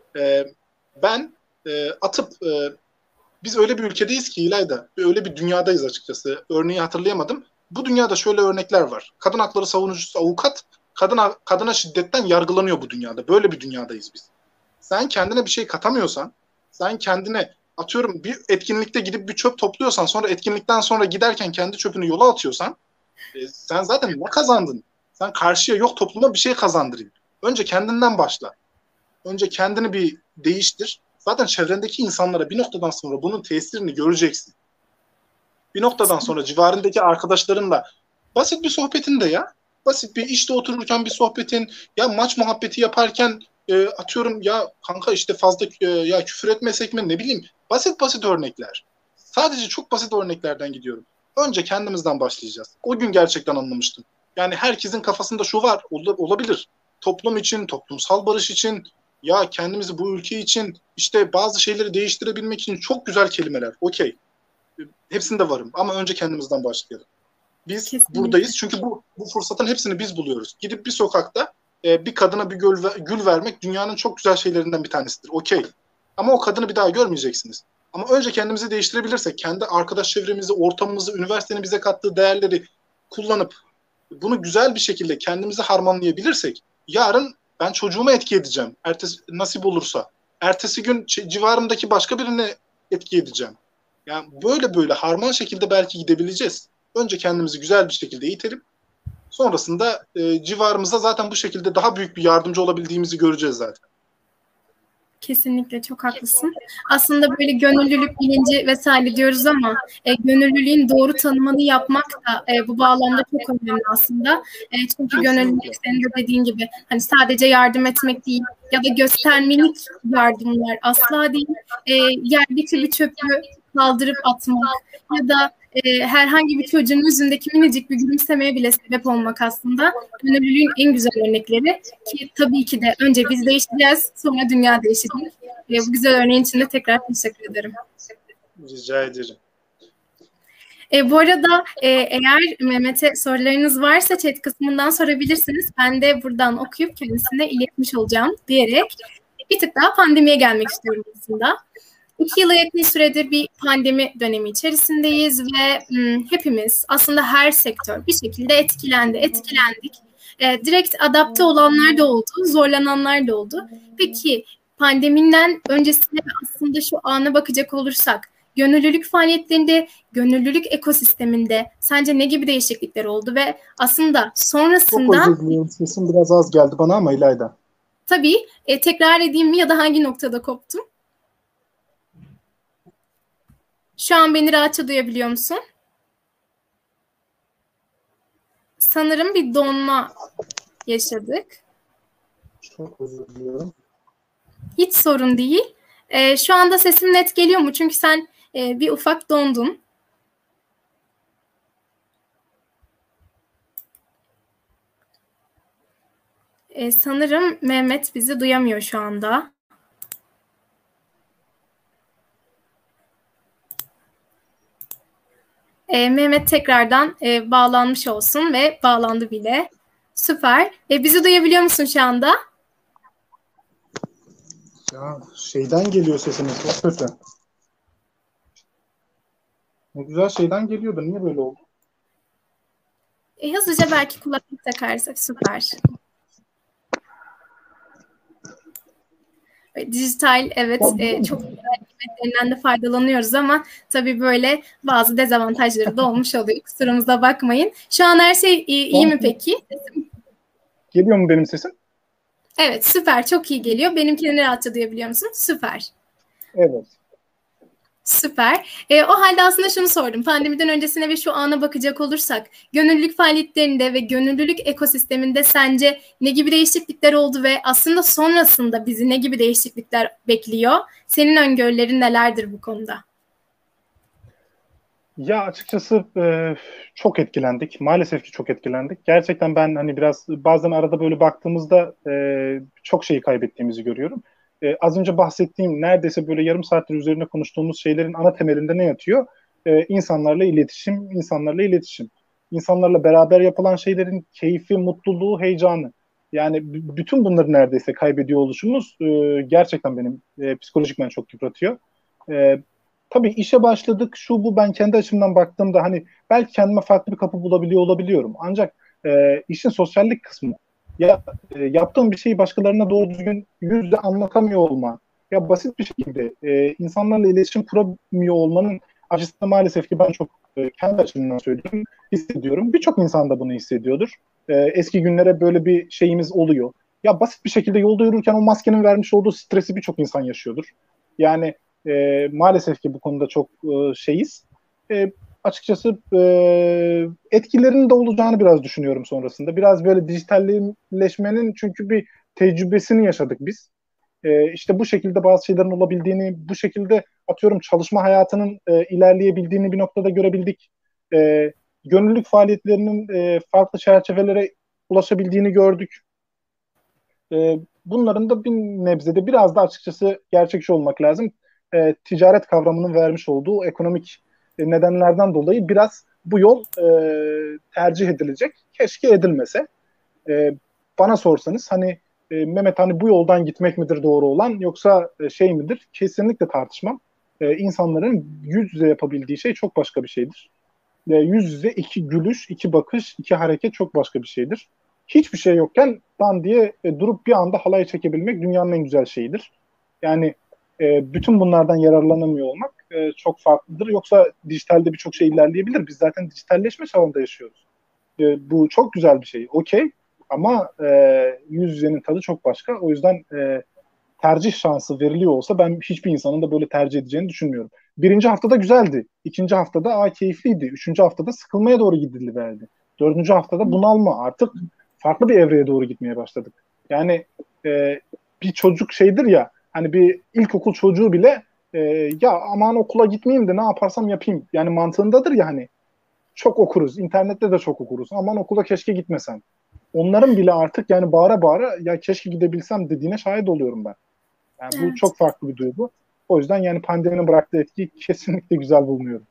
ben atıp biz öyle bir ülkedeyiz ki İlayda, öyle bir dünyadayız açıkçası. Örneği hatırlayamadım. Bu dünyada şöyle örnekler var. Kadın hakları savunucusu avukat, kadına şiddetten yargılanıyor bu dünyada. Böyle bir dünyadayız biz. Sen kendine bir şey katamıyorsan, sen kendine atıyorum bir etkinlikte gidip bir çöp topluyorsan, sonra etkinlikten sonra giderken kendi çöpünü yola atıyorsan, sen zaten ne kazandın? Sen karşıya yok topluma bir şey kazandırayım. Önce kendinden başla. Önce kendini bir değiştir. Zaten çevrendeki insanlara bir noktadan sonra bunun tesirini göreceksin. Bir noktadan sonra civarındaki arkadaşlarınla basit bir sohbetinde ya. Basit bir işte otururken bir sohbetin, ya maç muhabbeti yaparken atıyorum ya kanka işte fazla ya küfür etmesek mi ne bileyim. Basit örnekler. Sadece çok basit örneklerden gidiyorum. Önce kendimizden başlayacağız. O gün gerçekten anlamıştım. Yani herkesin kafasında şu var, olabilir. Toplum için, toplumsal barış için, ya kendimizi bu ülke için, işte bazı şeyleri değiştirebilmek için çok güzel kelimeler. Okey. Hepsinde varım ama önce kendimizden başlayalım. Biz Kesinlikle. buradayız çünkü bu fırsatın hepsini biz buluyoruz. Gidip bir sokakta bir kadına bir gül vermek dünyanın çok güzel şeylerinden bir tanesidir. Okey. Ama o kadını bir daha görmeyeceksiniz. Ama önce kendimizi değiştirebilirsek, kendi arkadaş çevremizi, ortamımızı, üniversitenin bize kattığı değerleri kullanıp bunu güzel bir şekilde kendimizi harmanlayabilirsek, yarın ben çocuğuma etki edeceğim. Nasip olursa. Ertesi gün civarımdaki başka birine etki edeceğim. Yani böyle harman şekilde belki gidebileceğiz. Önce kendimizi güzel bir şekilde eğitelim. Sonrasında civarımıza zaten bu şekilde daha büyük bir yardımcı olabildiğimizi göreceğiz zaten. Kesinlikle çok haklısın. Aslında böyle gönüllülük bilinci vesaire diyoruz ama gönüllülüğün doğru tanımını yapmak da bu bağlamda çok önemli aslında. Çünkü gönüllülük senin de dediğin gibi hani sadece yardım etmek değil ya da göstermelik yardımlar asla değil. Yerdeki bir çöpü kaldırıp atmak ya da herhangi bir çocuğun yüzündeki minicik bir gülümsemeye bile sebep olmak aslında gönüllülüğün en güzel örnekleri ki tabii ki de önce biz değişeceğiz sonra dünya değişecek. Bu güzel örneğin için de tekrar teşekkür ederim. Rica ederim. Bu arada eğer Mehmet'e sorularınız varsa chat kısmından sorabilirsiniz. Ben de buradan okuyup kendisine iletmiş olacağım diyerek bir tık daha pandemiye gelmek istiyorum aslında. 2 yıla yakın süredir bir pandemi dönemi içerisindeyiz ve hepimiz aslında her sektör bir şekilde etkilendik. Direkt adapte olanlar da oldu, zorlananlar da oldu. Peki pandemiden öncesine aslında şu ana bakacak olursak gönüllülük faaliyetlerinde, gönüllülük ekosisteminde sence ne gibi değişiklikler oldu ve aslında sonrasında... Çok özür diliyorum, sesim biraz az geldi bana ama İlayda. Tabii, tekrar edeyim mi ya da hangi noktada koptum? Şu an beni rahatça duyabiliyor musun? Sanırım bir donma yaşadık. Çok özür diliyorum. Hiç sorun değil. Şu anda sesim net geliyor mu? Çünkü sen bir ufak dondun. Sanırım Mehmet bizi duyamıyor şu anda. Mehmet tekrardan bağlanmış olsun ve bağlandı bile. Süper. Bizi duyabiliyor musun şu anda? Ya şeyden geliyor sesiniz. Çok kötü. Ne güzel şeyden geliyordu. Niye böyle oldu? Hızlıca belki kulaklık takarsak süper. Dijital evet çok güzel hizmetlerinden de faydalanıyoruz ama tabii böyle bazı dezavantajları da olmuş oluyor. Kusurumuza bakmayın. Şu an her şey iyi mi peki? Geliyor mu benim sesim? Evet süper çok iyi geliyor. Benimkini rahatça duyabiliyor musun? Süper. Evet. Süper. O halde aslında şunu sordum. Pandemiden öncesine ve şu ana bakacak olursak, gönüllülük faaliyetlerinde ve gönüllülük ekosisteminde sence ne gibi değişiklikler oldu ve aslında sonrasında bizi ne gibi değişiklikler bekliyor? Senin öngörülerin nelerdir bu konuda? Ya açıkçası çok etkilendik. Maalesef ki çok etkilendik. Gerçekten ben hani biraz bazen arada böyle baktığımızda çok şeyi kaybettiğimizi görüyorum. Az önce bahsettiğim neredeyse böyle yarım saattir üzerine konuştuğumuz şeylerin ana temelinde ne yatıyor? İnsanlarla iletişim, insanlarla iletişim. İnsanlarla beraber yapılan şeylerin keyfi, mutluluğu, heyecanı. Yani bütün bunları neredeyse kaybediyor oluşumuz gerçekten benim psikolojikmen çok yıpratıyor. E, tabii işe başladık, şu bu, ben kendi açımdan baktığımda hani belki kendime farklı bir kapı bulabiliyor olabiliyorum. Ancak işin sosyallik kısmı, ya yaptığım bir şeyi başkalarına doğru düzgün yüzle anlatamıyor olma, ya basit bir şekilde insanlarla iletişim kuramıyor olmanın acısını maalesef ki ben çok kendi açımdan söylüyorum, hissediyorum. Birçok insan da bunu hissediyordur. Eski günlere böyle bir şeyimiz oluyor. Ya basit bir şekilde yolda yürürken o maskenin vermiş olduğu stresi birçok insan yaşıyordur. Yani maalesef ki bu konuda çok şeyiz. Açıkçası etkilerinin de olacağını biraz düşünüyorum sonrasında. Biraz böyle dijitalleşmenin çünkü bir tecrübesini yaşadık biz. İşte bu şekilde bazı şeylerin olabildiğini, bu şekilde atıyorum çalışma hayatının ilerleyebildiğini bir noktada görebildik. Gönüllülük faaliyetlerinin farklı çerçevelere ulaşabildiğini gördük. Bunların da bir nebzede biraz da açıkçası gerçekçi olmak lazım. Ticaret kavramının vermiş olduğu ekonomik nedenlerden dolayı biraz bu yol tercih edilecek. Keşke edilmese. Bana sorsanız hani Mehmet hani bu yoldan gitmek midir doğru olan yoksa şey midir? Kesinlikle tartışmam. İnsanların yüz yüze yapabildiği şey çok başka bir şeydir. Yüz yüze iki gülüş, iki bakış, iki hareket çok başka bir şeydir. Hiçbir şey yokken dan diye durup bir anda halay çekebilmek dünyanın en güzel şeyidir. Yani bütün bunlardan yararlanamıyor olmak çok farklıdır. Yoksa dijitalde birçok şey ilerleyebilir. Biz zaten dijitalleşme çağında yaşıyoruz. Bu çok güzel bir şey. Okey. Ama yüz yüzenin tadı çok başka. O yüzden tercih şansı veriliyor olsa ben hiçbir insanın da böyle tercih edeceğini düşünmüyorum. Birinci haftada güzeldi. İkinci haftada keyifliydi. Üçüncü haftada sıkılmaya doğru gidildi. Dördüncü haftada bunalma. Artık farklı bir evreye doğru gitmeye başladık. Yani bir çocuk şeydir ya, hani bir ilkokul çocuğu bile ya aman okula gitmeyeyim de ne yaparsam yapayım. Yani mantığındadır ya, hani çok okuruz. İnternette de çok okuruz. Aman okula keşke gitmesen. Onların bile artık yani bağıra bağıra ya keşke gidebilsem dediğine şahit oluyorum ben. Yani bu Evet. çok farklı bir duygu. O yüzden yani pandeminin bıraktığı etkiyi kesinlikle güzel bulmuyorum.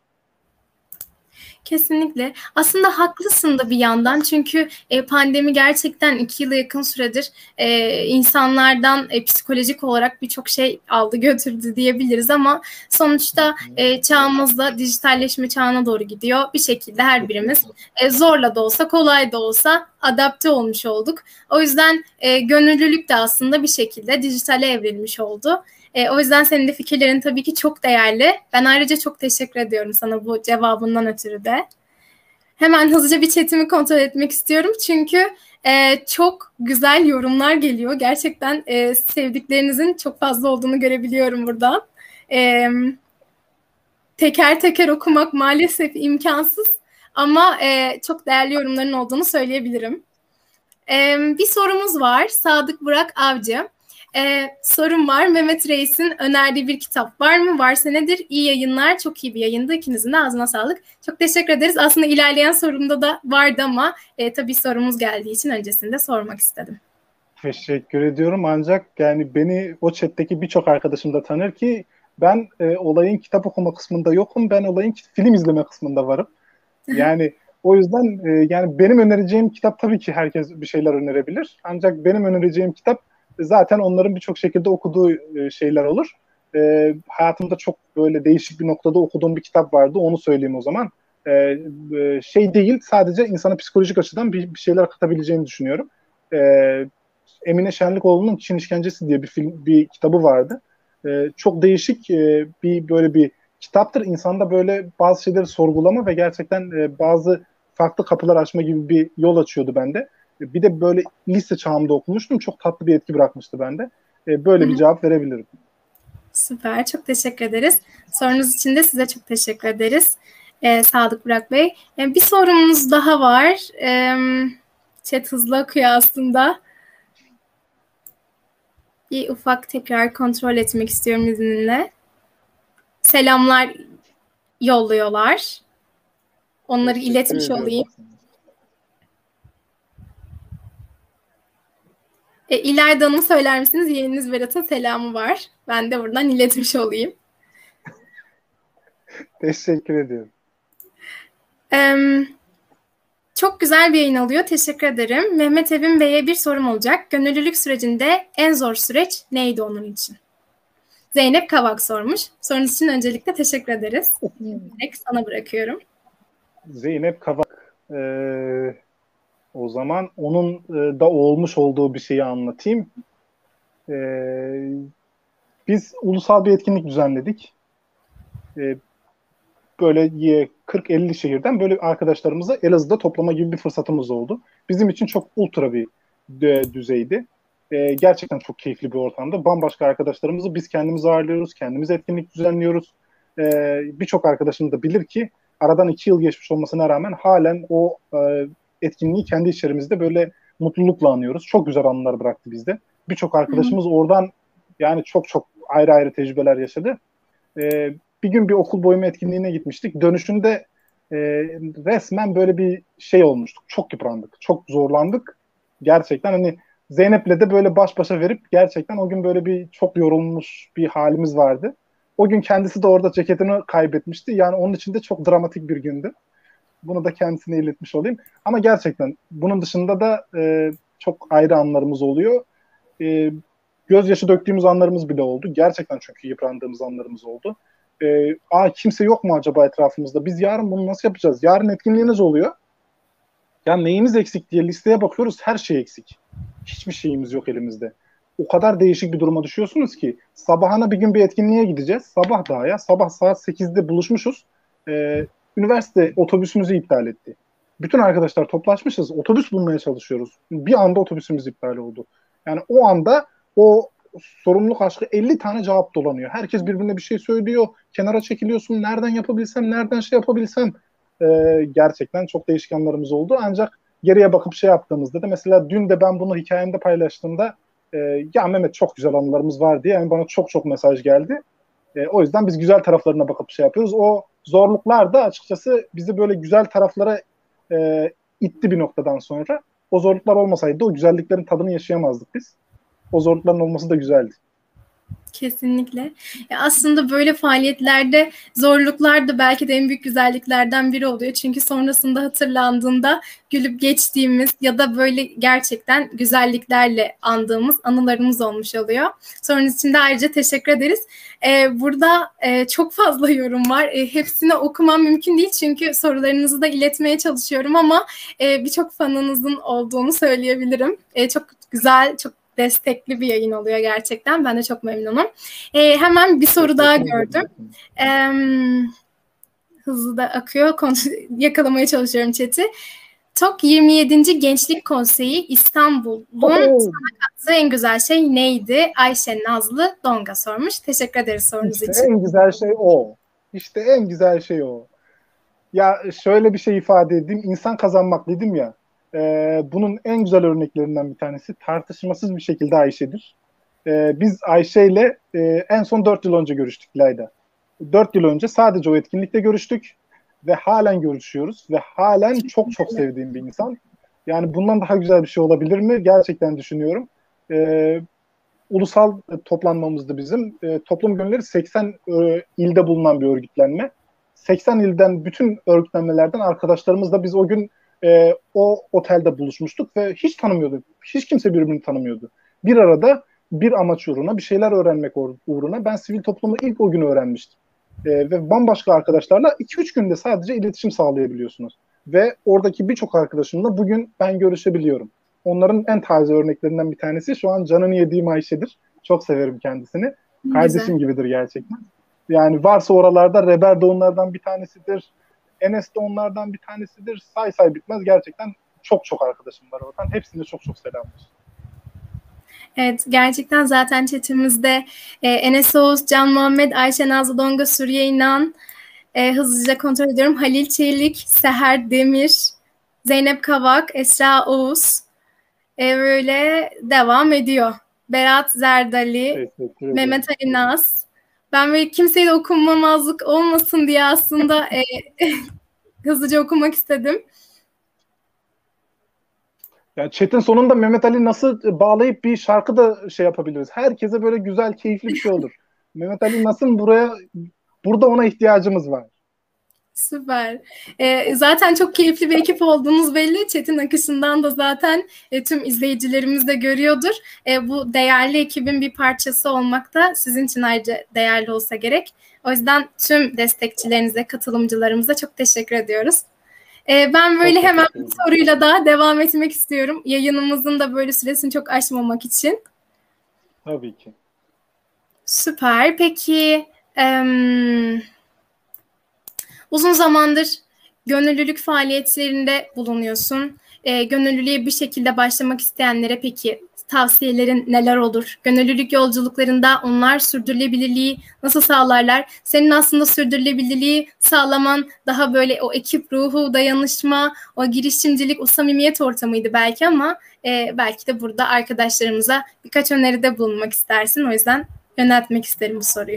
Kesinlikle. Aslında haklısın da bir yandan çünkü pandemi gerçekten 2 yıla yakın süredir insanlardan psikolojik olarak birçok şey aldı götürdü diyebiliriz ama sonuçta çağımızda dijitalleşme çağına doğru gidiyor. Bir şekilde her birimiz zorla da olsa kolay da olsa adapte olmuş olduk. O yüzden gönüllülük de aslında bir şekilde dijitale evrilmiş oldu. O yüzden senin de fikirlerin tabii ki çok değerli. Ben ayrıca çok teşekkür ediyorum sana bu cevabından ötürü de. Hemen hızlıca bir chatimi kontrol etmek istiyorum. Çünkü çok güzel yorumlar geliyor. Gerçekten sevdiklerinizin çok fazla olduğunu görebiliyorum buradan. Teker teker okumak maalesef imkansız. Ama çok değerli yorumların olduğunu söyleyebilirim. Bir sorumuz var. Sadık Burak Avcı. Sorum var. Mehmet Reis'in önerdiği bir kitap var mı? Varsa nedir? İyi yayınlar. Çok iyi bir yayındı. İkinizin de ağzına sağlık. Çok teşekkür ederiz. Aslında ilerleyen sorumda da vardı ama tabii sorumuz geldiği için öncesinde sormak istedim. Teşekkür ediyorum, ancak yani beni o chatteki birçok arkadaşım da tanır ki ben olayın kitap okuma kısmında yokum. Ben olayın film izleme kısmında varım. Yani o yüzden yani benim önereceğim kitap, tabii ki herkes bir şeyler önerebilir. Ancak benim önereceğim kitap zaten onların birçok şekilde okuduğu şeyler olur. Hayatımda çok böyle değişik bir noktada okuduğum bir kitap vardı. Onu söyleyeyim o zaman. Şey değil, sadece insana psikolojik açıdan bir şeyler katabileceğini düşünüyorum. Emine Şenlikoğlu'nun Çin İşkencesi diye bir kitabı vardı. Çok değişik bir kitaptır. İnsanda böyle bazı şeyleri sorgulama ve gerçekten bazı farklı kapılar açma gibi bir yol açıyordu bende. Bir de böyle lise çağımda okumuştum. Çok tatlı bir etki bırakmıştı bende. Böyle bir cevap verebilirim. Süper, çok teşekkür ederiz. Sorunuz için de size çok teşekkür ederiz. Sadık Burak Bey. Bir sorumuz daha var. Chat hızlı akıyor aslında. Bir ufak tekrar kontrol etmek istiyorum izninle. Selamlar yolluyorlar. Onları iletmiş olayım. İlayda Hanım söyler misiniz? Yeğeniniz Berat'ın selamı var. Ben de buradan iletmiş olayım. Teşekkür ediyorum. Çok güzel bir yayın oluyor. Teşekkür ederim. Mehmet Evin Bey'e bir sorum olacak. Gönüllülük sürecinde en zor süreç neydi onun için? Zeynep Kavak sormuş. Sorunuz için öncelikle teşekkür ederiz. Direkt sana bırakıyorum. Zeynep Kavak. O zaman onun da olmuş olduğu bir şeyi anlatayım. Biz ulusal bir etkinlik düzenledik. Böyle 40-50 şehirden böyle arkadaşlarımızı Elazığ'da toplama gibi bir fırsatımız oldu. Bizim için çok ultra bir düzeydi. Gerçekten çok keyifli bir ortamda. Bambaşka arkadaşlarımızı biz kendimiz ağırlıyoruz, kendimiz etkinlik düzenliyoruz. Birçok arkadaşım da bilir ki aradan 2 yıl geçmiş olmasına rağmen halen o etkinliği kendi içerimizde böyle mutlulukla anıyoruz. Çok güzel anılar bıraktı bizde. Birçok arkadaşımız oradan yani çok çok ayrı ayrı tecrübeler yaşadı. Bir gün bir okul boyama etkinliğine gitmiştik. Dönüşünde resmen böyle bir şey olmuştuk. Çok yıprandık, çok zorlandık. Gerçekten hani Zeynep'le de böyle baş başa verip gerçekten o gün böyle bir çok yorulmuş bir halimiz vardı. O gün kendisi de orada ceketini kaybetmişti. Yani onun için de çok dramatik bir gündü. Bunu da kendisine iletmiş olayım. Ama gerçekten bunun dışında da çok ayrı anlarımız oluyor. Gözyaşı döktüğümüz anlarımız bile oldu. Gerçekten çünkü yıprandığımız anlarımız oldu. Kimse yok mu acaba etrafımızda? Biz yarın bunu nasıl yapacağız? Yarın etkinliğiniz oluyor. Ya neyimiz eksik diye listeye bakıyoruz. Her şey eksik. Hiçbir şeyimiz yok elimizde. O kadar değişik bir duruma düşüyorsunuz ki sabahına bir gün bir etkinliğe gideceğiz. Sabah daha ya. Sabah saat 8'de buluşmuşuz. Üniversite otobüsümüzü iptal etti. Bütün arkadaşlar toplaşmışız. Otobüs bulmaya çalışıyoruz. Bir anda otobüsümüz iptal oldu. Yani o anda o sorumluluk aşkı 50 tane cevap dolanıyor. Herkes birbirine bir şey söylüyor. Kenara çekiliyorsun. Nereden yapabilsem, nereden şey yapabilsem. Gerçekten çok değişkenlerimiz oldu. Ancak geriye bakıp şey yaptığımızda da mesela dün de ben bunu hikayemde paylaştığımda ya Mehmet çok güzel anılarımız var diye yani bana çok çok mesaj geldi. O yüzden biz güzel taraflarına bakıp şey yapıyoruz. O zorluklar da açıkçası bizi böyle güzel taraflara itti bir noktadan sonra. O zorluklar olmasaydı o güzelliklerin tadını yaşayamazdık biz. O zorlukların olması da güzeldi. Kesinlikle. Aslında böyle faaliyetlerde zorluklar da belki de en büyük güzelliklerden biri oluyor. Çünkü sonrasında hatırlandığında gülüp geçtiğimiz ya da böyle gerçekten güzelliklerle andığımız anılarımız olmuş oluyor. Sonrası için de ayrıca teşekkür ederiz. Burada çok fazla yorum var. Hepsini okumam mümkün değil çünkü sorularınızı da iletmeye çalışıyorum ama birçok fanınızın olduğunu söyleyebilirim. Çok güzel, çok destekli bir yayın oluyor gerçekten. Ben de çok memnunum. Hemen bir soru daha gördüm. Hızlı da akıyor. Yakalamaya çalışıyorum chat'i. TOK 27. Gençlik Konseyi İstanbul'un sana kattığı en güzel şey neydi? Ayşe Nazlı Donga sormuş. Teşekkür ederiz sorunuz işte için. En güzel şey o. İşte en güzel şey o. Ya şöyle bir şey ifade edeyim. İnsan kazanmak dedim ya. Bunun en güzel örneklerinden bir tanesi tartışmasız bir şekilde Ayşe'dir. Biz Ayşe ile en son 4 yıl önce görüştük Layda. 4 yıl önce sadece o etkinlikte görüştük ve halen görüşüyoruz ve halen çok çok sevdiğim bir insan. Yani bundan daha güzel bir şey olabilir mi? Gerçekten düşünüyorum. Ulusal toplanmamızdı bizim. Toplum Gönülleri 80 ilde bulunan bir örgütlenme. 80 ilden bütün örgütlenmelerden arkadaşlarımızla biz o gün o otelde buluşmuştuk ve hiç tanımıyorduk. Hiç kimse birbirini tanımıyordu. Bir arada bir amaç uğruna, bir şeyler öğrenmek uğruna ben sivil toplumu ilk o gün öğrenmiştim. Ve bambaşka arkadaşlarla 2-3 günde sadece iletişim sağlayabiliyorsunuz. Ve oradaki birçok arkadaşımla bugün ben görüşebiliyorum. Onların en taze örneklerinden bir tanesi şu an canını yediğim Ayşe'dir. Çok severim kendisini. Kardeşim gibidir gerçekten. Yani varsa oralarda Reber de onlardan bir tanesidir. Enes de onlardan bir tanesidir. Say say bitmez. Gerçekten çok çok arkadaşım var oradan. Hepsine çok çok selam olsun. Evet, gerçekten zaten chatimizde Enes Oğuz, Can Muhammed, Ayşe Nazlı Donga, Suriye İnan, hızlıca kontrol ediyorum. Halil Çelik, Seher Demir, Zeynep Kavak, Esra Oğuz, böyle devam ediyor. Berat Zerdali, Mehmet Ali Naz. Ben böyle kimseye de okunmamazlık olmasın diye aslında hızlıca okumak istedim. Yani chat'in sonunda Mehmet Ali nasıl bağlayıp bir şarkı da şey yapabiliriz. Herkese böyle güzel, keyifli bir şey olur. Mehmet Ali nasıl burada ona ihtiyacımız var. Süper. Zaten çok keyifli bir ekip olduğunuz belli. Chat'in akışından da zaten tüm izleyicilerimiz de görüyordur. Bu değerli ekibin bir parçası olmak da sizin için ayrıca değerli olsa gerek. O yüzden tüm destekçilerinize, katılımcılarımıza çok teşekkür ediyoruz. Ben böyle hemen bir soruyla daha devam etmek istiyorum. Yayınımızın da böyle süresini çok aşmamak için. Tabii ki. Süper. Peki uzun zamandır gönüllülük faaliyetlerinde bulunuyorsun. Gönüllülüğe bir şekilde başlamak isteyenlere peki tavsiyelerin neler olur? Gönüllülük yolculuklarında onlar sürdürülebilirliği nasıl sağlarlar? Senin aslında sürdürülebilirliği sağlaman daha böyle o ekip ruhu, dayanışma, o girişimcilik, o samimiyet ortamıydı belki ama belki de burada arkadaşlarımıza birkaç öneride bulunmak istersin. O yüzden yöneltmek isterim bu soruyu.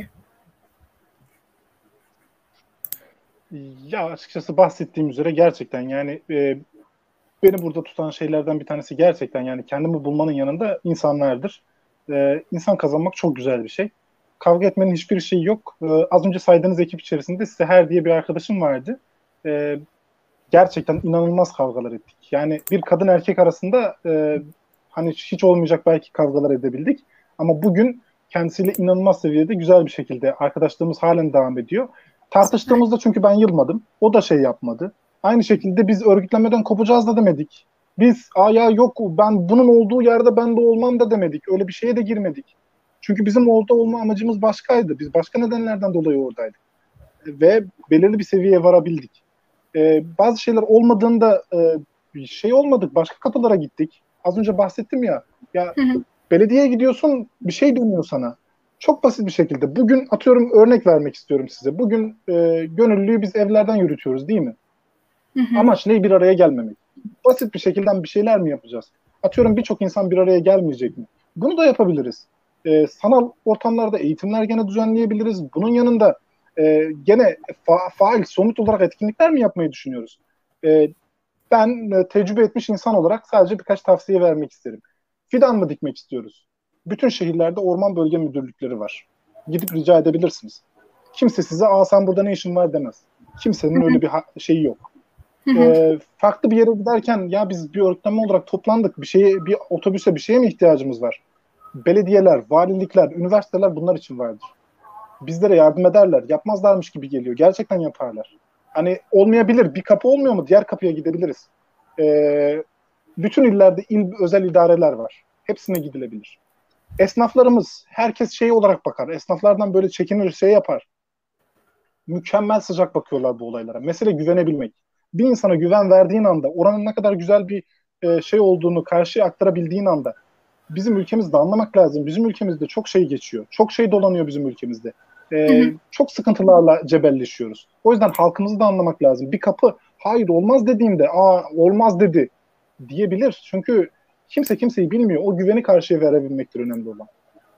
Ya açıkçası bahsettiğim üzere gerçekten yani beni burada tutan şeylerden bir tanesi gerçekten yani kendimi bulmanın yanında insanlardır. İnsan kazanmak çok güzel bir şey. Kavga etmenin hiçbir şeyi yok. Az önce saydığınız ekip içerisinde Seher diye bir arkadaşım vardı. Gerçekten inanılmaz kavgalar ettik. Yani bir kadın erkek arasında hani hiç olmayacak belki kavgalar edebildik. Ama bugün kendisiyle inanılmaz seviyede güzel bir şekilde arkadaşlığımız halen devam ediyor. Tartıştığımızda çünkü ben yılmadım. O da şey yapmadı. Aynı şekilde biz örgütlemeden kopacağız da demedik. Biz ya yok ben bunun olduğu yerde ben de olmam da demedik. Öyle bir şeye de girmedik. Çünkü bizim orada olma amacımız başkaydı. Biz başka nedenlerden dolayı oradaydık. Ve belirli bir seviyeye varabildik. Bazı şeyler olmadığında şey olmadık. Başka kapılara gittik. Az önce bahsettim ya. Belediyeye gidiyorsun bir şey dönüyor sana. Çok basit bir şekilde. Bugün atıyorum örnek vermek istiyorum size. Bugün gönüllülüğü biz evlerden yürütüyoruz değil mi? Amaç ne? Bir araya gelmemek. Basit bir şekilde bir şeyler mi yapacağız? Atıyorum birçok insan bir araya gelmeyecek mi? Bunu da yapabiliriz. Sanal ortamlarda eğitimler gene düzenleyebiliriz. Bunun yanında gene faal, somut olarak etkinlikler mi yapmayı düşünüyoruz? Ben tecrübe etmiş insan olarak sadece birkaç tavsiye vermek isterim. Fidan mı dikmek istiyoruz? Bütün şehirlerde orman bölge müdürlükleri var. Gidip rica edebilirsiniz. Kimse size sen burada ne işin var demez. Kimsenin öyle bir şeyi yok. Farklı bir yere giderken ya biz bir örgütlenme olarak toplandık. Bir otobüse bir şeye mi ihtiyacımız var? Belediyeler, valilikler, üniversiteler bunlar için vardır. Bizlere yardım ederler. Yapmazlarmış gibi geliyor. Gerçekten yaparlar. Hani olmayabilir. Bir kapı olmuyor mu? Diğer kapıya gidebiliriz. Bütün illerde özel idareler var. Hepsine gidilebilir. Esnaflarımız, herkes şey olarak bakar. Esnaflardan böyle çekinir, şey yapar. Mükemmel sıcak bakıyorlar bu olaylara. Mesele güvenebilmek. Bir insana güven verdiğin anda, oranın ne kadar güzel bir şey olduğunu karşıya aktarabildiğin anda, bizim ülkemizde anlamak lazım. Bizim ülkemizde çok şey geçiyor. Çok şey dolanıyor bizim ülkemizde. Çok sıkıntılarla cebelleşiyoruz. O yüzden halkımızı da anlamak lazım. Bir kapı hayır olmaz dediğinde olmaz dedi diyebilir. Çünkü kimse kimseyi bilmiyor. O güveni karşıya verebilmektir önemli olan.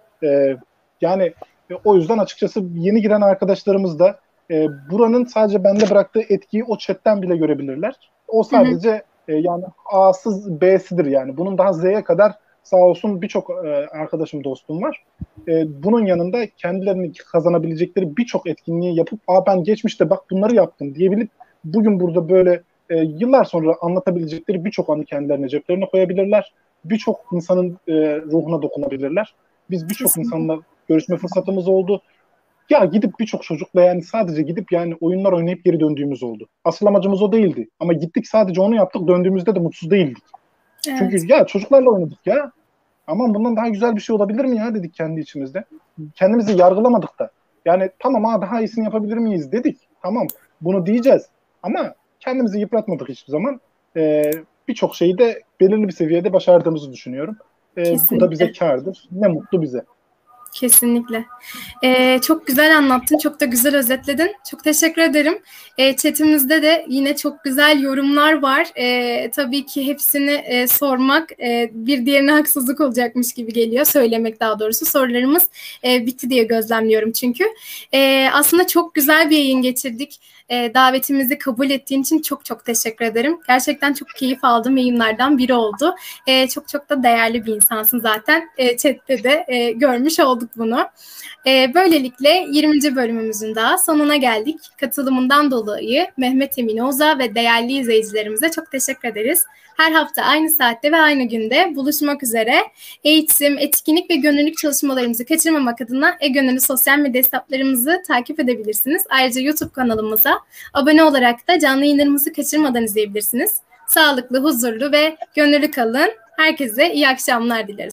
Yani o yüzden açıkçası yeni giren arkadaşlarımız da buranın sadece bende bıraktığı etkiyi o chatten bile görebilirler. O sadece yani A'sız B'sidir yani. Bunun daha Z'ye kadar sağ olsun birçok arkadaşım, dostum var. Bunun yanında kendilerini kazanabilecekleri birçok etkinliği yapıp ben geçmişte bak bunları yaptım diyebilip bugün burada böyle yıllar sonra anlatabilecekleri birçok anı kendilerine ceplerine koyabilirler. Birçok insanın ruhuna dokunabilirler. Biz birçok insanla görüşme fırsatımız oldu. Ya gidip birçok çocukla yani sadece gidip yani oyunlar oynayıp geri döndüğümüz oldu. Asıl amacımız o değildi. Ama gittik sadece onu yaptık, döndüğümüzde de mutsuz değildik. Evet. Çünkü ya çocuklarla oynadık ya. Aman bundan daha güzel bir şey olabilir mi ya dedik kendi içimizde. Kendimizi yargılamadık da. Yani tamam daha iyisini yapabilir miyiz dedik. Tamam bunu diyeceğiz. Ama kendimizi yıpratmadık hiçbir zaman. Birçok şeyi de belirli bir seviyede başardığımızı düşünüyorum. Bu da bize kârdır. Ne mutlu bize. Kesinlikle. Çok güzel anlattın, çok da güzel özetledin. Çok teşekkür ederim. Chatimizde de yine çok güzel yorumlar var. Tabii ki hepsini sormak bir diğerine haksızlık olacakmış gibi geliyor. Söylemek daha doğrusu. Sorularımız bitti diye gözlemliyorum çünkü. Aslında çok güzel bir yayın geçirdik. Davetimizi kabul ettiğin için çok çok teşekkür ederim. Gerçekten çok keyif aldığım yayınlardan biri oldu. Çok çok da değerli bir insansın zaten. Chat'te de görmüş olduk bunu. Böylelikle 20. bölümümüzün daha sonuna geldik. Katılımından dolayı Mehmet Emin Oza ve değerli izleyicilerimize çok teşekkür ederiz. Her hafta aynı saatte ve aynı günde buluşmak üzere. Eğitim, etkinlik ve gönüllülük çalışmalarımızı kaçırmamak adına e-gönüllü sosyal medya hesaplarımızı takip edebilirsiniz. Ayrıca YouTube kanalımıza abone olarak da canlı yayınlarımızı kaçırmadan izleyebilirsiniz. Sağlıklı, huzurlu ve gönüllü kalın. Herkese iyi akşamlar dileriz.